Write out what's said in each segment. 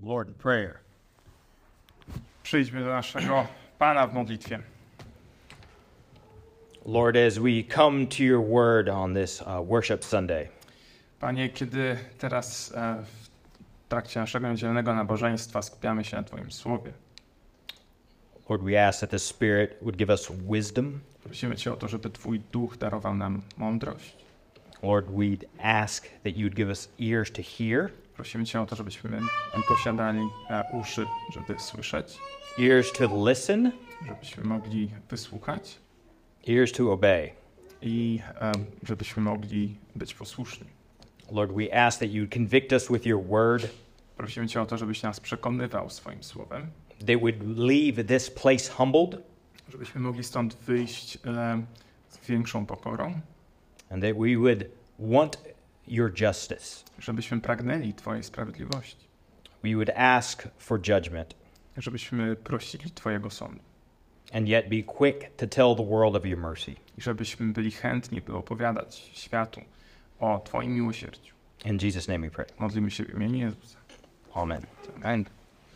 Lord in prayer. Przyjdźmy do naszego Pana w modlitwie. Lord, as we come to your word on this worship Sunday, Panie, kiedy teraz w trakcie naszego niedzielnego nabożeństwa skupiamy się na Twoim Słowie, Lord, we ask that the Spirit would give us wisdom. prosimy Cię o to, żeby Twój Duch darował nam mądrość. Lord, we'd ask that you would give us ears to hear, Prosimy Cię o to, żebyśmy posiadali uszy, żeby słyszeć, ears to listen, żebyśmy mogli wysłuchać ears to obey. i żebyśmy mogli być posłuszni. Lord, we ask that you would convict us with your word, Prosimy Cię o to, żebyś nas przekonywał swoim Słowem, that would leave this place humbled, żebyśmy mogli stąd wyjść z większą pokorą, and that we would want your justice. żebyśmy pragnęli Twojej sprawiedliwości, We would ask for judgment, żebyśmy prosili Twojego sądu and yet be quick to tell the world of your mercy. i żebyśmy byli chętni, by opowiadać światu o Twoim miłosierdziu. In Jesus' name we pray. Modlimy się w imieniu Jezusa. Amen. Amen.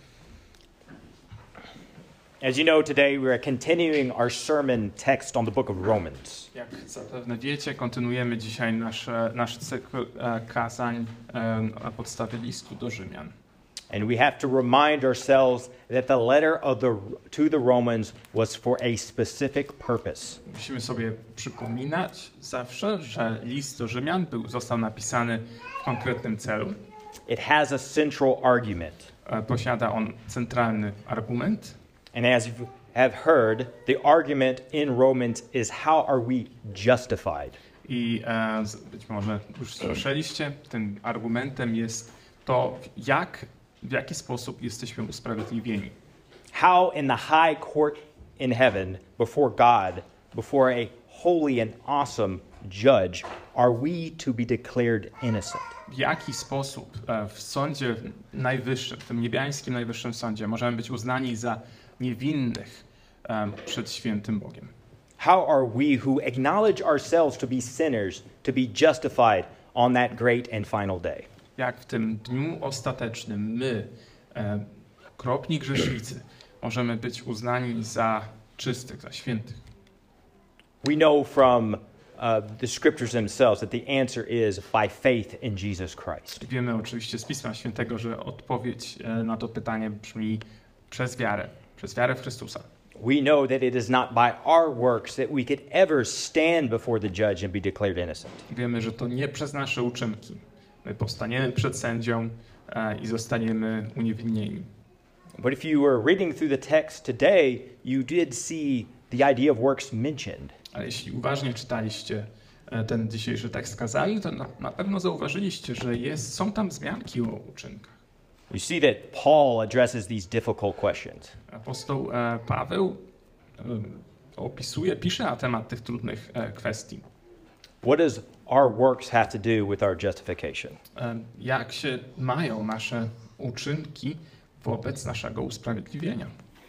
As you know, today we are continuing our sermon text on the book of Romans. Jak zapewne wiecie, kontynuujemy dzisiaj nasz cykl kazań na podstawie listu do Rzymian. And we have to remind ourselves that the letter to the Romans was for a specific purpose. Musimy sobie przypominać zawsze, że list do Rzymian został napisany w konkretnym celu. It has a central argument. Posiada on centralny argument. And as you have heard, the argument in Romans is how are we justified? I być może już słyszeliście, tym argumentem jest to, w jaki sposób jesteśmy usprawiedliwieni. How in the high court in heaven, before God, before a holy and awesome judge, are we to be declared innocent? W jaki sposób w sądzie najwyższym, w tym niebiańskim najwyższym sądzie, możemy być uznani za niewinnych przed świętym Bogiem? How are we who acknowledge ourselves to be sinners to be justified on that great and final day? Jak w tym dniu ostatecznym my, okropni grzesznicy, możemy być uznani za czystych, za świętych? We know from the scriptures themselves that the answer is by faith in Jesus Christ. Wiemy oczywiście z Pisma Świętego, że odpowiedź na to pytanie brzmi przez wiarę w Chrystusa. We know that it is not by our works that we could ever stand before the judge and be declared innocent. Wiemy, że to nie przez nasze uczynki my powstaniemy przed sędzią i zostaniemy uniewinnieni. But if you were reading through the text today, you did see the idea of works mentioned. Ale jeśli uważnie czytaliście ten dzisiejszy tekst kazali, to na pewno zauważyliście, że są tam wzmianki o uczynkach. You see that Paul addresses these difficult questions. Apostoł Paweł pisze na temat tych trudnych kwestii. What does our works have to do with our justification? Jak się mają nasze uczynki wobec naszego usprawiedliwienia?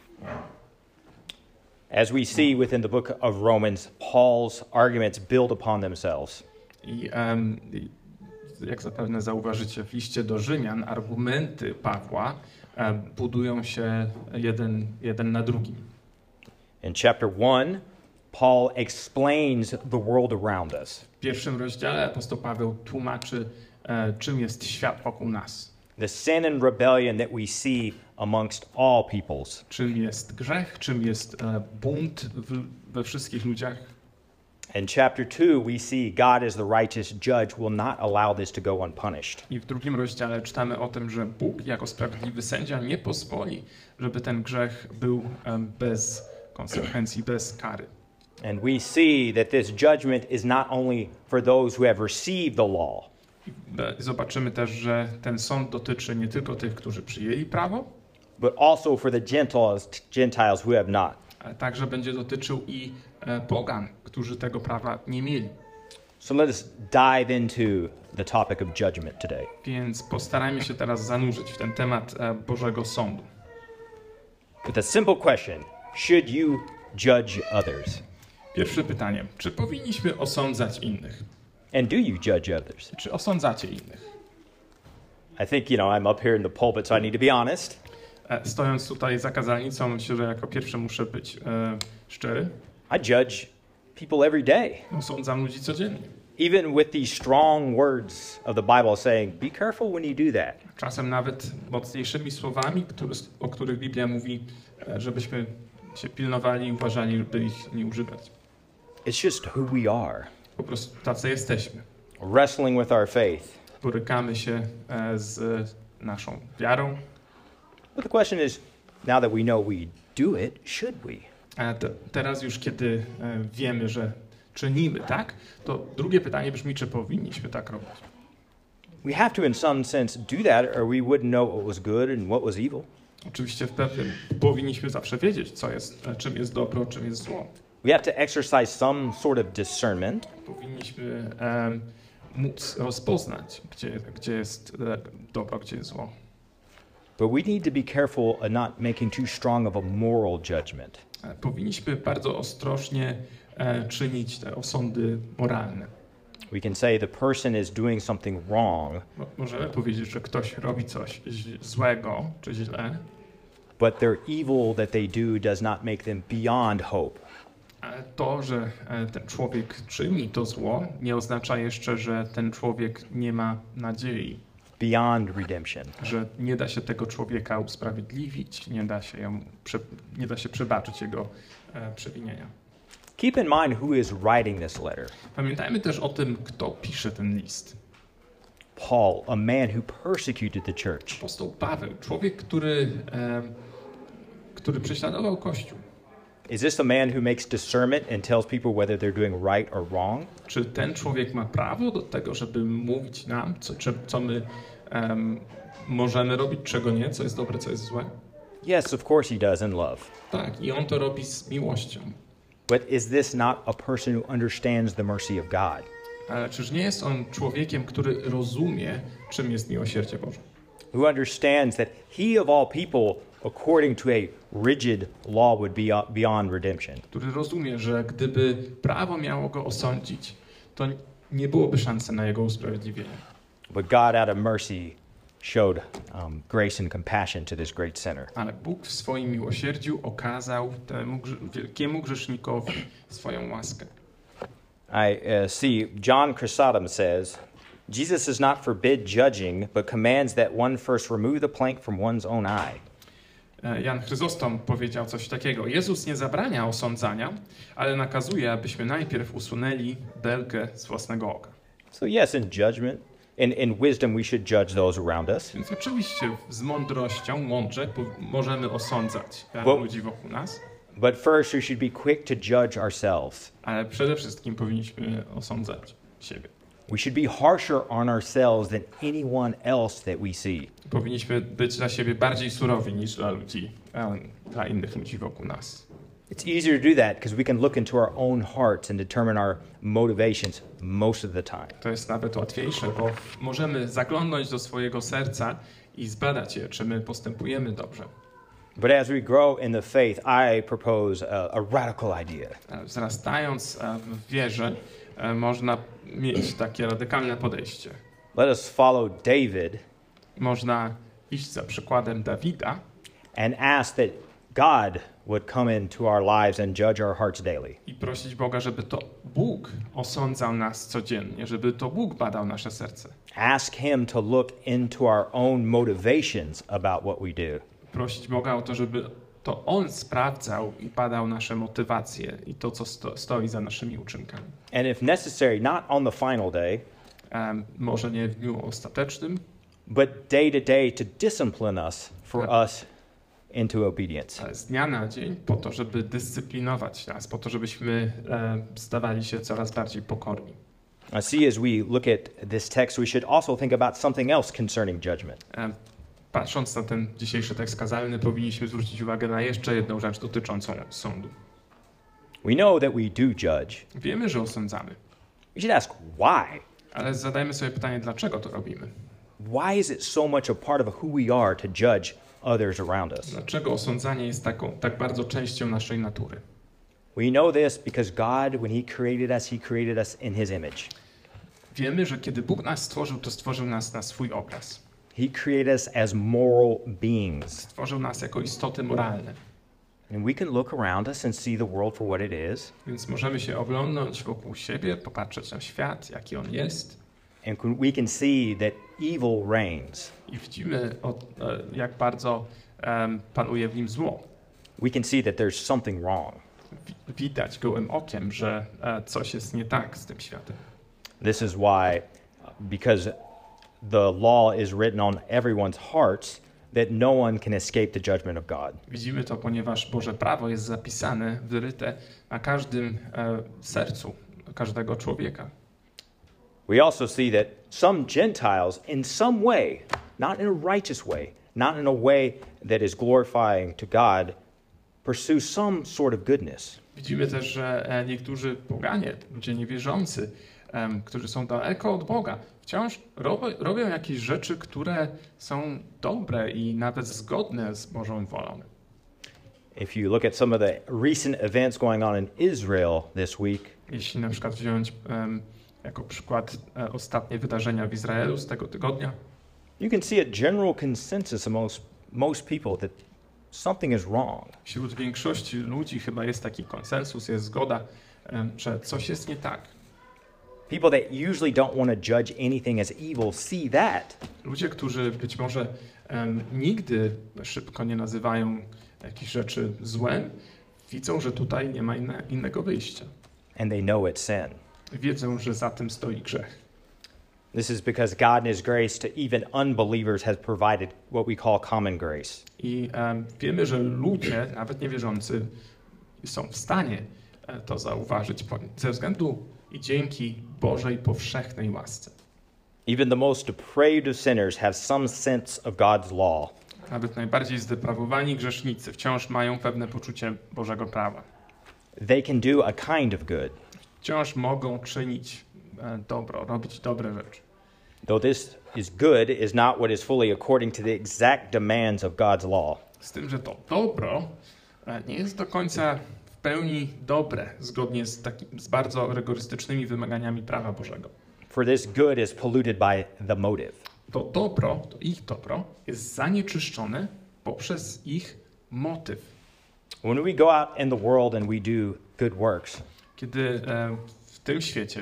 As we see within the book of Romans, Paul's arguments build upon themselves. I jak zapewne zauważycie w liście do Rzymian, argumenty Pawła budują się jeden na drugim. In chapter 1, Paul explains the world around us. W pierwszym rozdziale apostoł Paweł tłumaczy, czym jest świat wokół nas. The sin and rebellion that we see amongst all peoples. Czym jest grzech, czym jest bunt we wszystkich ludziach. In chapter 2, we see God as the righteous judge will not allow this to go unpunished. I w drugim rozdziale czytamy o tym, że Bóg jako sprawiedliwy sędzia nie pozwoli, żeby ten grzech był bez konsekwencji, bez kary. And we see that this judgment is not only for those who have received the law, Zobaczymy też, że ten sąd dotyczy nie tylko tych, którzy przyjęli prawo, but also for the Gentiles who have not. ale także będzie dotyczył i pogan, którzy tego prawa nie mieli. So let us dive into the topic of judgment today. Więc postarajmy się teraz zanurzyć w ten temat Bożego Sądu. With a simple question, should you judge others? Pierwsze pytanie. Czy powinniśmy osądzać innych? And do you judge others? Czy osądzacie innych? I think, I'm up here in the pulpit, so I need to be honest. Stojąc tutaj za kazalnicą, myślę, że jako pierwszy muszę być szczery. I judge people every day. Osądzam ludzi codziennie. Even with these strong words of the Bible saying, be careful when you do that. Czasem nawet mocniejszymi słowami, o których Biblia mówi, żebyśmy się pilnowali i uważali, by ich nie używać. It's just who we are. Po prostu tacy jesteśmy. Wrestling with our faith. Borykamy się z naszą wiarą. But the question is, now that we know we do it, should we? Teraz już kiedy wiemy, że czynimy tak, to drugie pytanie brzmi, czy powinniśmy tak robić. We have to in some sense do that or we wouldn't know what was good and what was evil. Oczywiście w pewnym powinniśmy zawsze wiedzieć, czym jest dobro, czym jest zło. We have to exercise some sort of discernment. Powinniśmy móc rozpoznać, gdzie jest dobro, gdzie jest zło. But we need to be careful of not making too strong of a moral judgment. Powinniśmy bardzo ostrożnie czynić te osądy moralne. We can say the person is doing something wrong, Możemy powiedzieć, że ktoś robi coś złego czy źle, but their evil that they do does not make them beyond hope. ale to, że ten człowiek czyni to zło, nie oznacza jeszcze, że ten człowiek nie ma nadziei. Beyond redemption. Że nie da się tego człowieka usprawiedliwić, nie da się przebaczyć jego przewinienia. Keep in mind who is writing this letter. Pamiętajmy też o tym, kto pisze ten list. Paul, a man who persecuted the church. Apostoł Paweł, człowiek, który prześladował Kościół. Is this a man who makes discernment and tells people whether they're doing right or wrong? Czy ten człowiek ma prawo do tego, żeby mówić nam, co my możemy robić, czego nie, co jest dobre, co jest złe? Yes, of course he does in love. Tak, i on to robi z miłością. But is this not a person who understands the mercy of God? Ale czyż nie jest on człowiekiem, który rozumie, czym jest miłosierdzie Boże? Who understands that he of all people, according to a rigid law, would be beyond redemption? Który rozumie, że gdyby prawo miało go osądzić, to nie byłoby szansy na jego usprawiedliwienie. But God out of mercy showed grace and compassion to this great sinner. Ale Bóg w swoim miłosierdziu okazał temu wielkiemu grzesznikowi swoją łaskę. I see John Chrysostom says, Jesus does not forbid judging, but commands that one first remove the plank from one's own eye. Jan Chryzostom powiedział coś takiego. Jezus nie zabrania osądzania, ale nakazuje, abyśmy najpierw usunęli belkę z własnego oka. So yes, in judgment, in wisdom we should judge those around us. Więc oczywiście z mądrością, mądrze możemy osądzać ludzi wokół nas. But first we should be quick to judge ourselves. Ale przede wszystkim powinniśmy osądzać siebie. We should be harsher on ourselves than anyone else that we see. Powinniśmy być dla siebie bardziej surowi niż dla innych ludzi wokół nas. It's easier to do that because we can look into our own hearts and determine our motivations most of the time. To jest nawet łatwiejsze, bo możemy zaglądnąć do swojego serca i zbadać je, czy my postępujemy dobrze. But as we grow in the faith, I propose a radical idea. Wzrastając w wierze, można mieć takie radykalne podejście. Let us follow David Można iść za przykładem Dawida and ask that God would come into our lives and judge our hearts daily. i prosić Boga, żeby to Bóg osądzał nas codziennie, żeby to Bóg badał nasze serce. Ask him to look into our own motivations about what we do. Prosić Boga o to, żeby to On sprawdzał i badał nasze motywacje i to, co stoi za naszymi uczynkami. And if necessary, not on the final day, Może nie w dniu ostatecznym, but day to day to discipline us for us into obedience. ale z dnia na dzień po to, żeby dyscyplinować nas, po to, żebyśmy stawali się coraz bardziej pokorni. I see as we look at this text, we should also think about something else concerning judgment. Patrząc na ten dzisiejszy tekst kazalny, powinniśmy zwrócić uwagę na jeszcze jedną rzecz dotyczącą sądu. We know that we do judge. Wiemy, że osądzamy, We should ask why. ale zadajmy sobie pytanie, dlaczego to robimy? Why is it so much a part of who we are to judge others around us? Dlaczego osądzanie jest tak bardzo częścią naszej natury? We know this because God, when He created us in His image. Wiemy, że kiedy Bóg nas stworzył, to stworzył nas na swój obraz. He created us as moral beings. Stworzył nas jako istoty moralne. And we can look around us and see the world for what it is. Więc możemy się oglądnąć wokół siebie, popatrzeć na świat, jaki on jest. And we can see that evil reigns. I widzimy, jak bardzo panuje w nim zło. We can see that there's something wrong. Widać gołym okiem, że coś jest nie tak z tym światem. This is why, because the law is written on everyone's hearts, that no one can escape the judgment of God. Widzimy to, ponieważ Boże prawo jest zapisane, wyryte na każdym sercu każdego człowieka. We also see that some Gentiles, in some way, not in a righteous way, not in a way that is glorifying to God, pursue some sort of goodness. Widzimy też, że niektórzy poganie, ludzie niewierzący, którzy są daleko od Boga, wciąż robią jakieś rzeczy, które są dobre i nawet zgodne z Bożą wolą. If you look at some of the recent events going on in Israel this week, Jeśli na przykład wziąć jako przykład ostatnie wydarzenia w Izraelu z tego tygodnia, you can see a general consensus amongst most people that something is wrong. wśród większości ludzi chyba jest taki konsensus, jest zgoda, że coś jest nie tak. People that usually don't want to judge anything as evil see that. Ludzie, którzy być może nigdy szybko nie nazywają jakichś rzeczy złem, widzą, że tutaj nie ma innego wyjścia. And they know it's sin. Wiedzą, że za tym stoi grzech. This is because God in His grace to even unbelievers has provided what we call common grace. I wiemy, że ludzie, nawet niewierzący, są w stanie to zauważyć ze względu i dzięki Bożej powszechnej łasce. Even the most depraved of sinners have some sense of God's law. Nawet najbardziej zdeprawowani grzesznicy wciąż mają pewne poczucie Bożego prawa. They can do a kind of good. Wciąż mogą czynić dobro, robić dobre rzeczy. Though this is good is not what is fully according to the exact demands of God's law. Z tym, że to dobro nie jest do końca w pełni dobre, zgodnie z bardzo rygorystycznymi wymaganiami prawa Bożego. For this good is polluted by the motive. To dobro, to ich dobro jest zanieczyszczone poprzez ich motyw. When we go out in the world and we do good works, Kiedy w tym świecie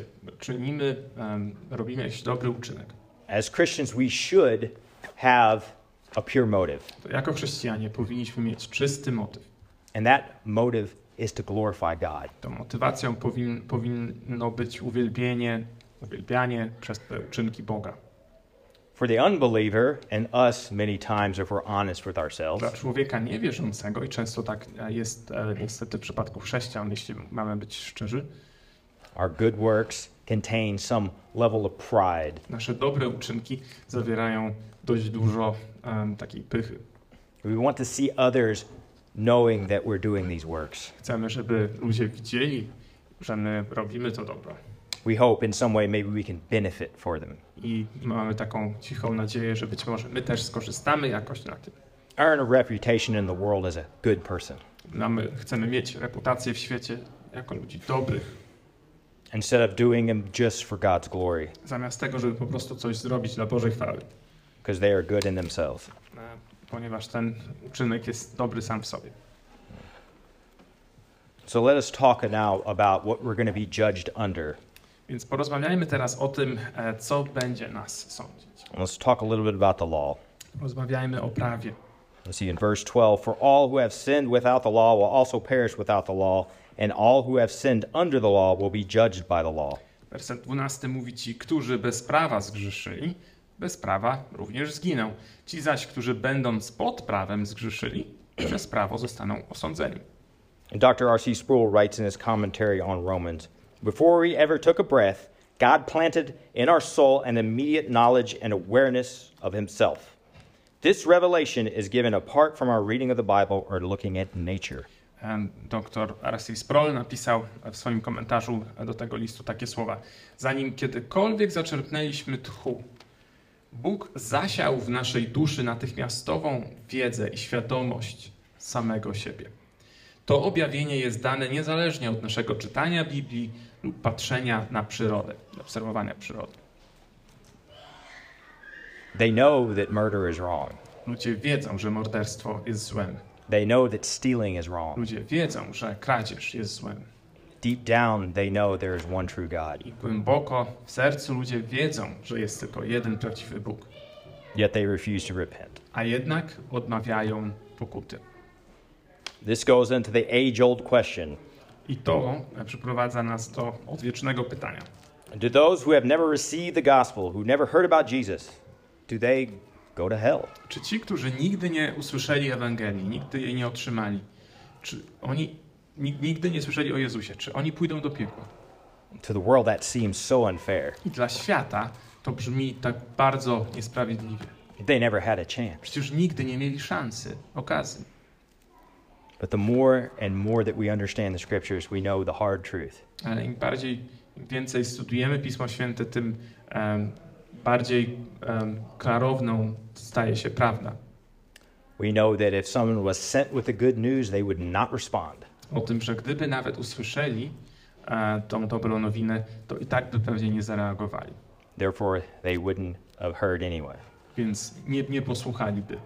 robimy jakiś dobry uczynek, as Christians we should have a pure motive. to jako chrześcijanie powinniśmy mieć czysty motyw. And that motive is to glorify God. Tą motywacją powinno być uwielbianie przez te uczynki Boga. For the unbeliever and us many times if we're honest with ourselves, Dla człowieka niewierzącego, i często tak jest niestety w przypadku chrześcijan, jeśli mamy być szczerzy, our good works contain some level of pride. nasze dobre uczynki zawierają dość dużo takiej pychy. We want to see others knowing that we're doing these works. Chcemy, żeby ludzie widzieli, że my robimy to dobro. We hope in some way maybe we can benefit for them. I mamy taką cichą nadzieję, że być może my też skorzystamy jakoś na tym. Earn a reputation in the world as a good person. Chcemy mieć reputację w świecie jako ludzi dobrych, instead of doing them just for God's glory, zamiast tego, żeby po prostu coś zrobić dla Bożej chwały. because they are good in themselves. Ponieważ ten uczynek jest dobry sam w sobie. So let us talk now about what we're going to be judged under. Więc porozmawiajmy teraz o tym, co będzie nas sądzić. Let's talk a little bit about the law. Rozmawiajmy o prawie. Let's see in verse 12, for all who have sinned without the law will also perish without the law, and all who have sinned under the law will be judged by the law. Werset 12 mówi: ci, którzy bez prawa zgrzeszyli, bez prawa również zginą. Ci zaś, którzy będąc pod prawem zgrzeszyli, przez prawo zostaną osądzeni. Dr. R.C. Sproul writes in his commentary on Romans, before we ever took a breath, God planted in our soul an immediate knowledge and awareness of himself. This revelation is given apart from our reading of the Bible or looking at nature. Dr. R.C. Sproul napisał w swoim komentarzu do tego listu takie słowa: zanim kiedykolwiek zaczerpnęliśmy tchu, Bóg zasiał w naszej duszy natychmiastową wiedzę i świadomość samego siebie. To objawienie jest dane niezależnie od naszego czytania Biblii lub patrzenia na przyrodę, obserwowania przyrody. They know that murder is wrong. Ludzie wiedzą, że morderstwo jest złem. They know that stealing is wrong. Ludzie wiedzą, że kradzież jest złem. Deep down, they know there is one true God. I głęboko w sercu ludzie wiedzą, że jest tylko jeden prawdziwy Bóg. Yet they refuse to repent. A jednak odmawiają pokuty. This goes into the age-old question. I to przyprowadza nas do odwiecznego pytania. Do those who have never received the gospel, who never heard about Jesus, do they go to hell? Czy ci, którzy nigdy nie usłyszeli Ewangelii, nigdy jej nie otrzymali, czy oni nigdy nie słyszeli o Jezusie, czy oni pójdą do piekła? To the world that seems so unfair. I dla świata to brzmi tak bardzo niesprawiedliwie. They never had a chance. Przecież nigdy nie mieli szansy, okazji. But the more and more that we understand the scriptures, we know the hard truth. Ale im więcej studujemy Pismo Święte, tym bardziej klarowną staje się prawda. We know that if someone was sent with the good news, they would not respond. O tym, że gdyby nawet usłyszeli tą dobrą nowinę, to i tak by pewnie nie zareagowali. Therefore, they wouldn't have heard anyway. Więc nie posłuchaliby.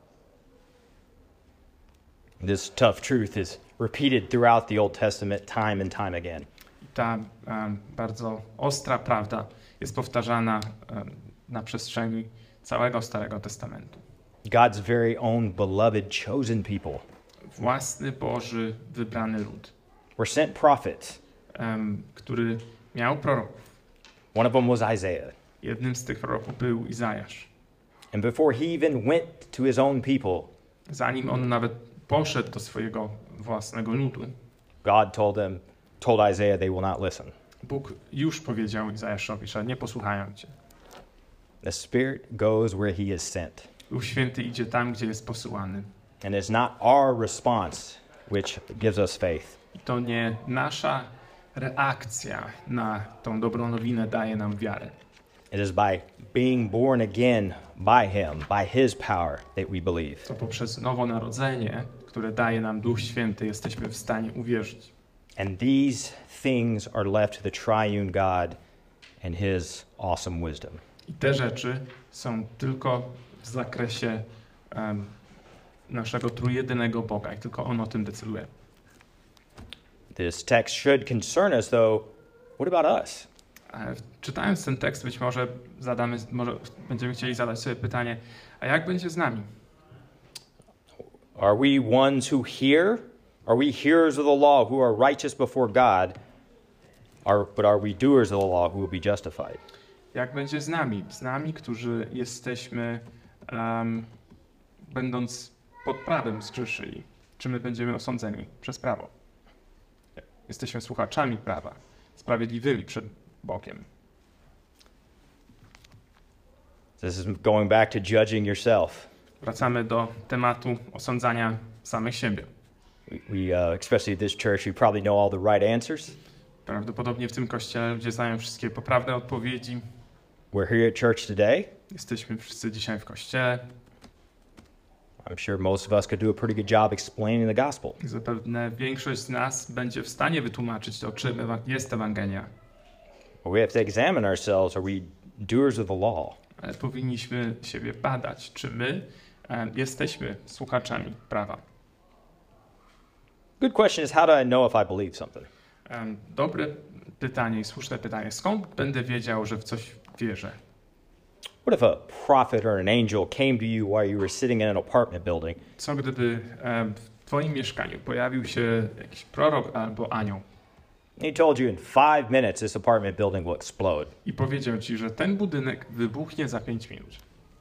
This tough truth is repeated throughout the Old Testament time and time again. I ta bardzo ostra prawda jest powtarzana na przestrzeni całego Starego Testamentu. God's very own beloved chosen people Własny Boży wybrany lud, were sent prophets. który miał proroków. One of them was Isaiah. Jednym z tych proroków był Izajasz. And before he even went to his own people, Zanim on nawet poszedł do swojego własnego ludu, God told Isaiah they will not listen. Bóg już powiedział Izajaszowi, że nie posłuchają cię. The Spirit goes where he is sent. Duch Święty idzie tam, gdzie jest posyłany. And it's not our response which gives us faith. I to nie nasza reakcja na tą dobrą nowinę daje nam wiarę. It is by being born again by him, by his power that we believe. To poprzez nowonarodzenie, które daje nam Duch Święty, jesteśmy w stanie uwierzyć. And these things are left to the triune God and his awesome wisdom. I te rzeczy są tylko w zakresie naszego trójjedynego Boga i tylko On o tym decyduje. This text should concern us, though. What about us? Czytając ten tekst, być może będziemy chcieli zadać sobie pytanie, a jak będzie z nami? Are we ones who hear? Are we hearers of the law who are righteous before God? But are we doers of the law who will be justified? Jak będzie z nami? Z nami, którzy jesteśmy, będąc pod prawem, zgrzeszyli. Czy my będziemy osądzeni przez prawo? Jesteśmy słuchaczami prawa, sprawiedliwymi przed Bogiem. This is going back to judging yourself. Wracamy do tematu osądzania samych siebie. Especially at this church, you probably know all the right answers. Prawdopodobnie w tym kościele ludzie znają wszystkie poprawne odpowiedzi. We're here at church today. Jesteśmy wszyscy dzisiaj w kościele. I'm sure most of us could do a pretty good job explaining the gospel. Zapewne większość z nas będzie w stanie wytłumaczyć to, czym jest Ewangelia. But we have to examine ourselves. Are we doers of the law? Ale powinniśmy siebie badać, czy my jesteśmy słuchaczami prawa. Good question is, how do I know if I believe something? Dobre pytanie i słuszne pytanie. Skąd będę wiedział, że w coś wierzę? What if a prophet or an angel came to you while you were sitting in an apartment building? Co gdyby w twoim mieszkaniu pojawił się jakiś prorok albo anioł He told you in 5 minutes this apartment building will explode. i powiedział ci, że ten budynek wybuchnie za 5 minut.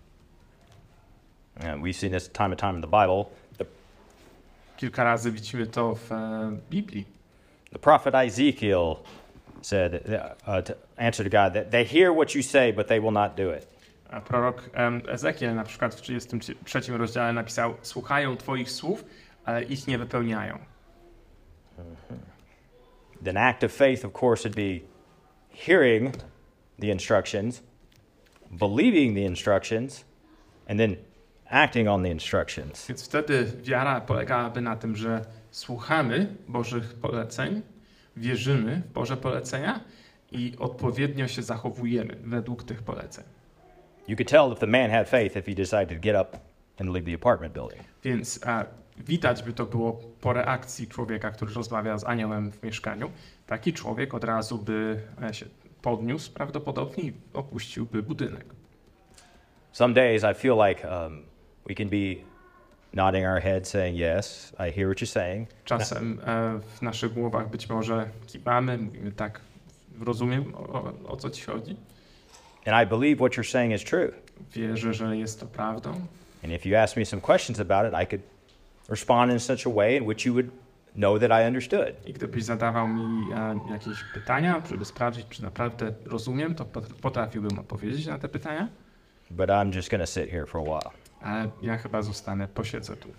And we've seen this time and time in the Bible. Kilka razy widzimy to w Biblii. The prophet Ezekiel said, to answer to God, that they hear what you say, but they will not do it. A prorok Ezekiel na przykład w 33 rozdziale napisał: słuchają twoich słów, ale ich nie wypełniają. An act of faith, of course, would be hearing the instructions, believing the instructions, and then acting on the instructions. Więc wtedy wiara polegałaby na tym, że słuchamy Bożych poleceń, wierzymy w Boże polecenia i odpowiednio się zachowujemy według tych poleceń. You could tell if the man had faith if he decided to get up and leave the apartment building. Więc widać by to było po reakcji człowieka, który rozmawia z aniołem w mieszkaniu. Taki człowiek od razu by się podniósł prawdopodobnie i opuściłby budynek. Some days I feel like we can be nodding our head saying, yes, I hear what you're saying. Czasem w naszych głowach być może kiwamy, mówimy tak, rozumiem o co ci chodzi. And I believe what you're saying is true. Wierzę, że jest to prawdą. And if you ask me some questions about it, I could respond in such a way in which you would know that I understood. I gdybyś zadawał mi jakieś pytania, żeby sprawdzić, czy naprawdę rozumiem, to potrafiłbym odpowiedzieć na te pytania. But I'm just going to sit here for a while. Ale ja chyba posiedzę tu.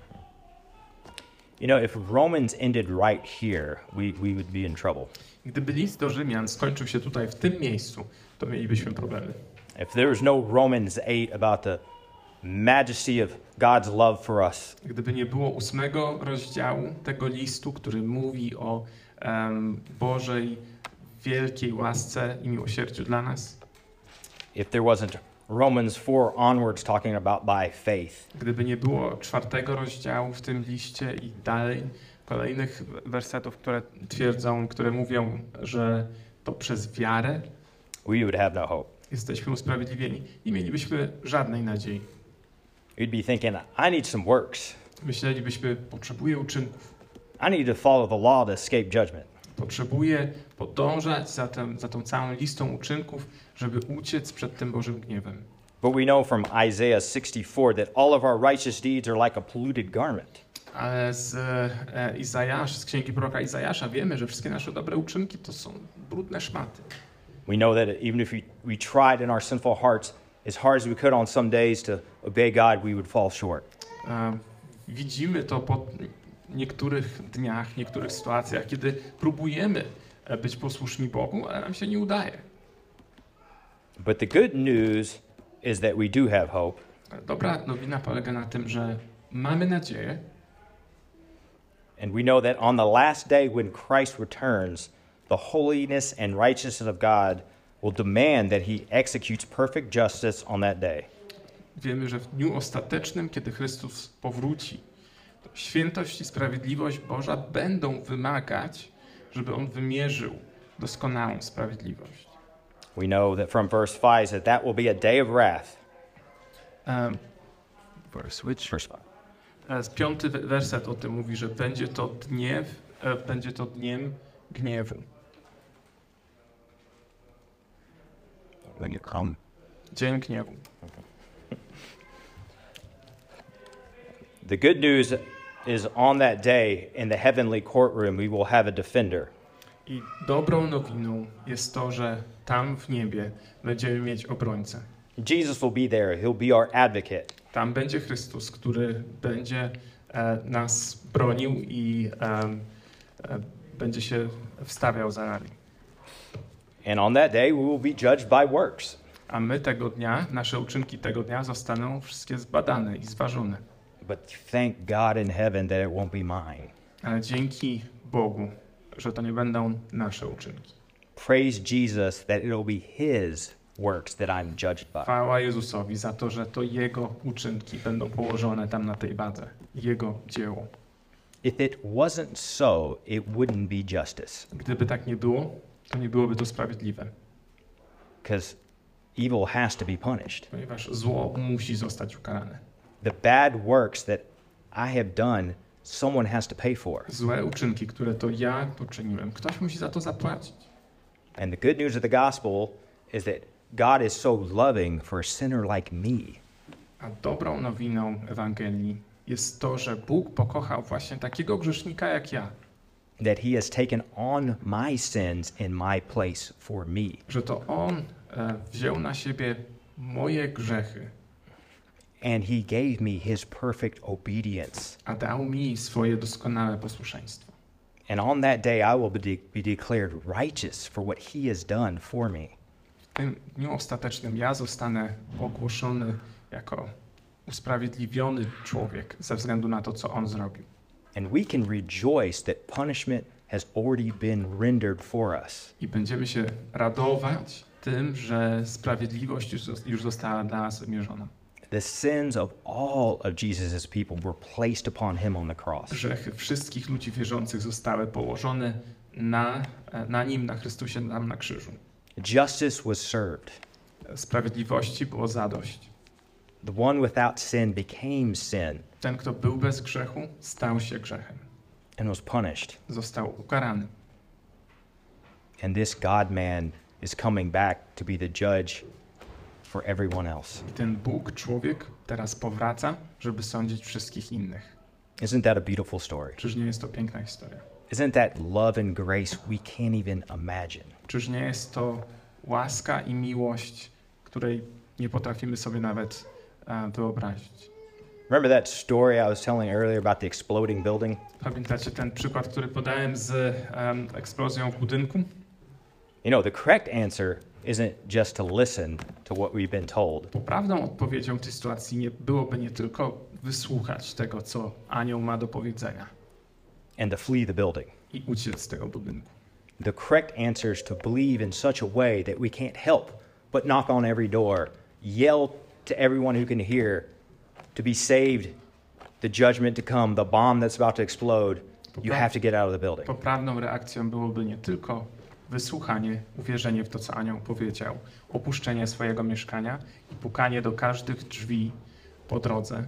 You know, if Romans ended right here, we would be in trouble. Gdyby list do Rzymian skończył się tutaj, w tym miejscu, to mielibyśmy problemy. If there was no Romans 8 about the majesty of God's love for us, Gdyby nie było 8 rozdziału tego listu, który mówi o Bożej wielkiej łasce i miłosierdziu dla nas, if there wasn't Romans 4 onwards talking about by faith, gdyby nie było 4 rozdziału w tym liście i dalej kolejnych wersetów, które mówią, że to przez wiarę we would have no hope. jesteśmy usprawiedliwieni, nie mielibyśmy żadnej nadziei. You'd be thinking, I need some works. Myślelibyśmy, potrzebuję uczynków, I need to follow the law to escape judgment. potrzebuję podążać za tą całą listą uczynków, żeby uciec przed tym Bożym gniewem. But we know from Isaiah 64 that all of our righteous deeds are like a polluted garment. Ale z księgi proroka Izajasza wiemy, że wszystkie nasze dobre uczynki to są brudne szmaty. We know that even if we tried in our sinful hearts as hard as we could on some days to obey God, we would fall short. Widzimy to po niektórych dniach, niektórych sytuacjach, kiedy próbujemy być posłuszni Bogu, ale nam się nie udaje. But the good news is that we do have hope. Dobra nowina polega na tym, że mamy nadzieję. And we know that on the last day when Christ returns, the holiness and righteousness of God will demand that he executes perfect justice on that day. Wiemy, że w dniu ostatecznym, kiedy Chrystus powróci, to świętość i sprawiedliwość Boża będą wymagać, żeby On wymierzył doskonałą sprawiedliwość. We know that from verse 5 that will be a day of wrath. Verse 5. 5 werset o tym mówi, że będzie to dniem gniewu. Dzień gniewu. The good news is on that day in the heavenly courtroom we will have a defender. I dobrą nowiną jest to, że tam w niebie będziemy mieć obrońcę. Jesus will be there. He'll be our advocate. Tam będzie Chrystus, który będzie nas bronił i będzie się wstawiał za nami. And on that day we will be judged by works. A my tego dnia, nasze uczynki tego dnia zostaną wszystkie zbadane i zważone. But thank God in heaven that it won't be mine. Ale dzięki Bogu, że to nie będą nasze uczynki. Praise Jesus that it'll be his works that I'm judged by. Chwała Jezusowi za to, że to Jego uczynki będą położone tam na tej wadze. Jego dzieło. If it wasn't so, it wouldn't be justice. Gdyby tak nie było, to nie byłoby to sprawiedliwe. Because evil has to be punished. Ponieważ zło musi zostać ukarane. The bad works that I have done, someone has to pay for. Złe uczynki, które to ja poczyniłem, ktoś musi za to zapłacić. And the good news of the gospel is that God is so loving for a sinner like me. A dobrą nowiną Ewangelii jest to, że Bóg pokochał właśnie takiego grzesznika jak ja. That he has taken on my sins in my place for me. Że to On wziął na siebie moje grzechy. And he gave me his perfect obedience. A dał mi swoje doskonałe posłuszeństwo. And on that day I will be declared righteous for what he has done for me. W tym dniu ostatecznym ja zostanę ogłoszony jako usprawiedliwiony człowiek ze względu na to, co On zrobił. And we can rejoice that punishment has already been rendered for us. I będziemy się radować tym, że sprawiedliwość już została dla nas wymierzona. The sins of all of Jesus' people were placed upon him on the cross. Grzechy wszystkich ludzi wierzących zostały położone na nim, na Chrystusie, nam na krzyżu. Justice was served. Sprawiedliwości było zadość. The one without sin became sin Ten, kto był bez grzechu, stał się grzechem. and was punished. Został ukarany. And this God-man is coming back to be the judge for everyone else. I ten Bóg, człowiek, teraz powraca, żeby sądzić wszystkich innych. Isn't that a beautiful story? Czyż nie jest to piękna historia? Isn't that love and grace we can't even imagine? Czyż nie jest to łaska i miłość, której nie potrafimy sobie nawet wyobrazić? Remember that story I was telling earlier about the exploding building? Pamiętacie ten przykład, który podałem z eksplozją w budynku? You know, the correct answer isn't just to listen to what we've been told. Poprawną odpowiedzią w tej sytuacji byłoby nie tylko wysłuchać tego, co anioł ma do powiedzenia And to flee the building. i uciec z tego budynku. The correct answer is to believe in such a way that we can't help but knock on every door, yell to everyone who can hear, to be saved, the judgment to come, the bomb that's about to explode. You have to get out of the building. Poprawną reakcją byłoby nie tylko wysłuchanie, uwierzenie w to, co anioł powiedział, opuszczenie swojego mieszkania i pukanie do każdych drzwi po drodze,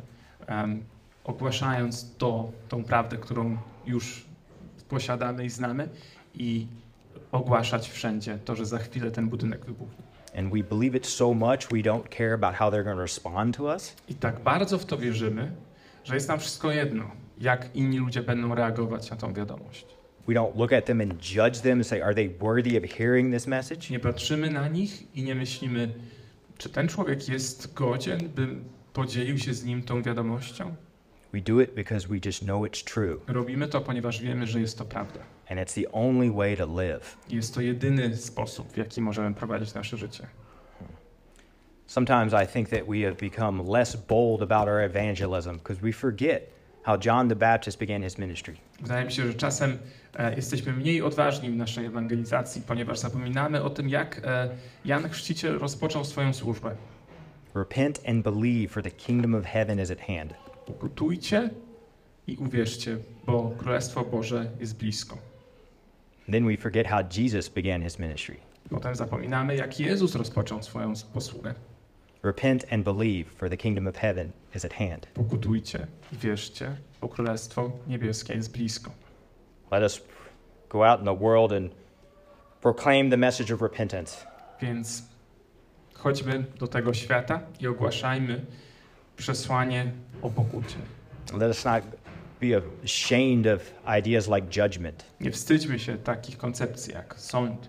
ogłaszając tą prawdę, którą już posiadamy i znamy, i ogłaszać wszędzie to, że za chwilę ten budynek wybuchnie. And we believe it so much we don't care about how they're going to respond to us. I tak bardzo w to wierzymy, że jest nam wszystko jedno, jak inni ludzie będą reagować na tą wiadomość. We don't look at them and judge them and say, are they worthy of hearing this message? Nie patrzymy na nich i nie myślimy, czy ten człowiek jest godzien, by podzielił się z nim tą wiadomością. We do it because we just know it's true. Robimy to, ponieważ wiemy, że jest to prawda. And it's the only way to live. Jest to jedyny sposób, w jaki możemy prowadzić nasze życie. Sometimes I think that we have become less bold about our evangelism because we forget how John the Baptist began his ministry. Wydaje mi się, że czasem jesteśmy mniej odważni w naszej ewangelizacji, ponieważ zapominamy o tym, jak Jan Chrzciciel rozpoczął swoją służbę. Repent and believe, for the kingdom of heaven is at hand. Pokutujcie i uwierzcie, bo Królestwo Boże jest blisko. Then we forget how Jesus began his ministry. Potem zapominamy, jak Jezus rozpoczął swoją posługę. Repent and believe, for the kingdom of heaven is at hand. Pokutujcie i wierzcie, bo Królestwo Niebieskie jest blisko. Let us go out in the world and proclaim the message of repentance. Więc chodźmy do tego świata i ogłaszajmy przesłanie o pokucie. Let us not be ashamed of ideas like judgment, Nie wstydźmy się takich koncepcji jak sąd,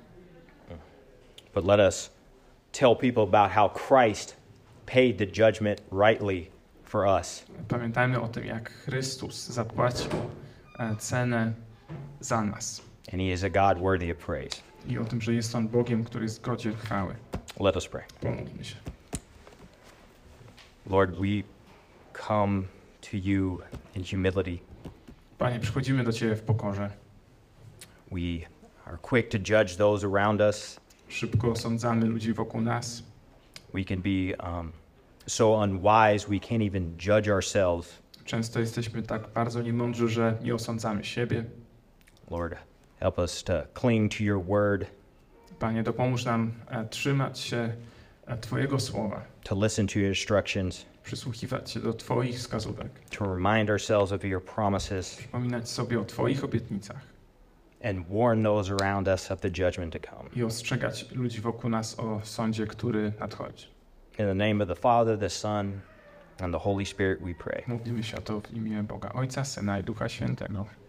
but let us tell people about how Christ paid the judgment rightly for us. Pamiętajmy o tym, jak Chrystus zapłacił cenę za nas And he is a God worthy of praise. i o tym, że jest On Bogiem, który jest godzien chwały. Let us pray. Pomódlmy się. Lord, we come to you in humility. Panie, przychodzimy do Ciebie w pokorze. We are quick to judge those around us. Szybko osądzamy ludzi wokół nas. We can be so unwise we can't even judge ourselves. Często jesteśmy tak bardzo niemądrzy, że nie osądzamy siebie. Lord, help us to cling to your word, Panie, dopomóż nam trzymać się Twojego słowa, to listen to your instructions, przysłuchiwać się do Twoich wskazówek, to remind ourselves of your promises, przypominać sobie o Twoich obietnicach and warn those around us of the judgment to come. i ostrzegać ludzi wokół nas o sądzie, który nadchodzi. In the name of the Father, the Son, and the Holy Spirit we pray. Modlimy się o to w imię Boga Ojca, Syna i Ducha Świętego.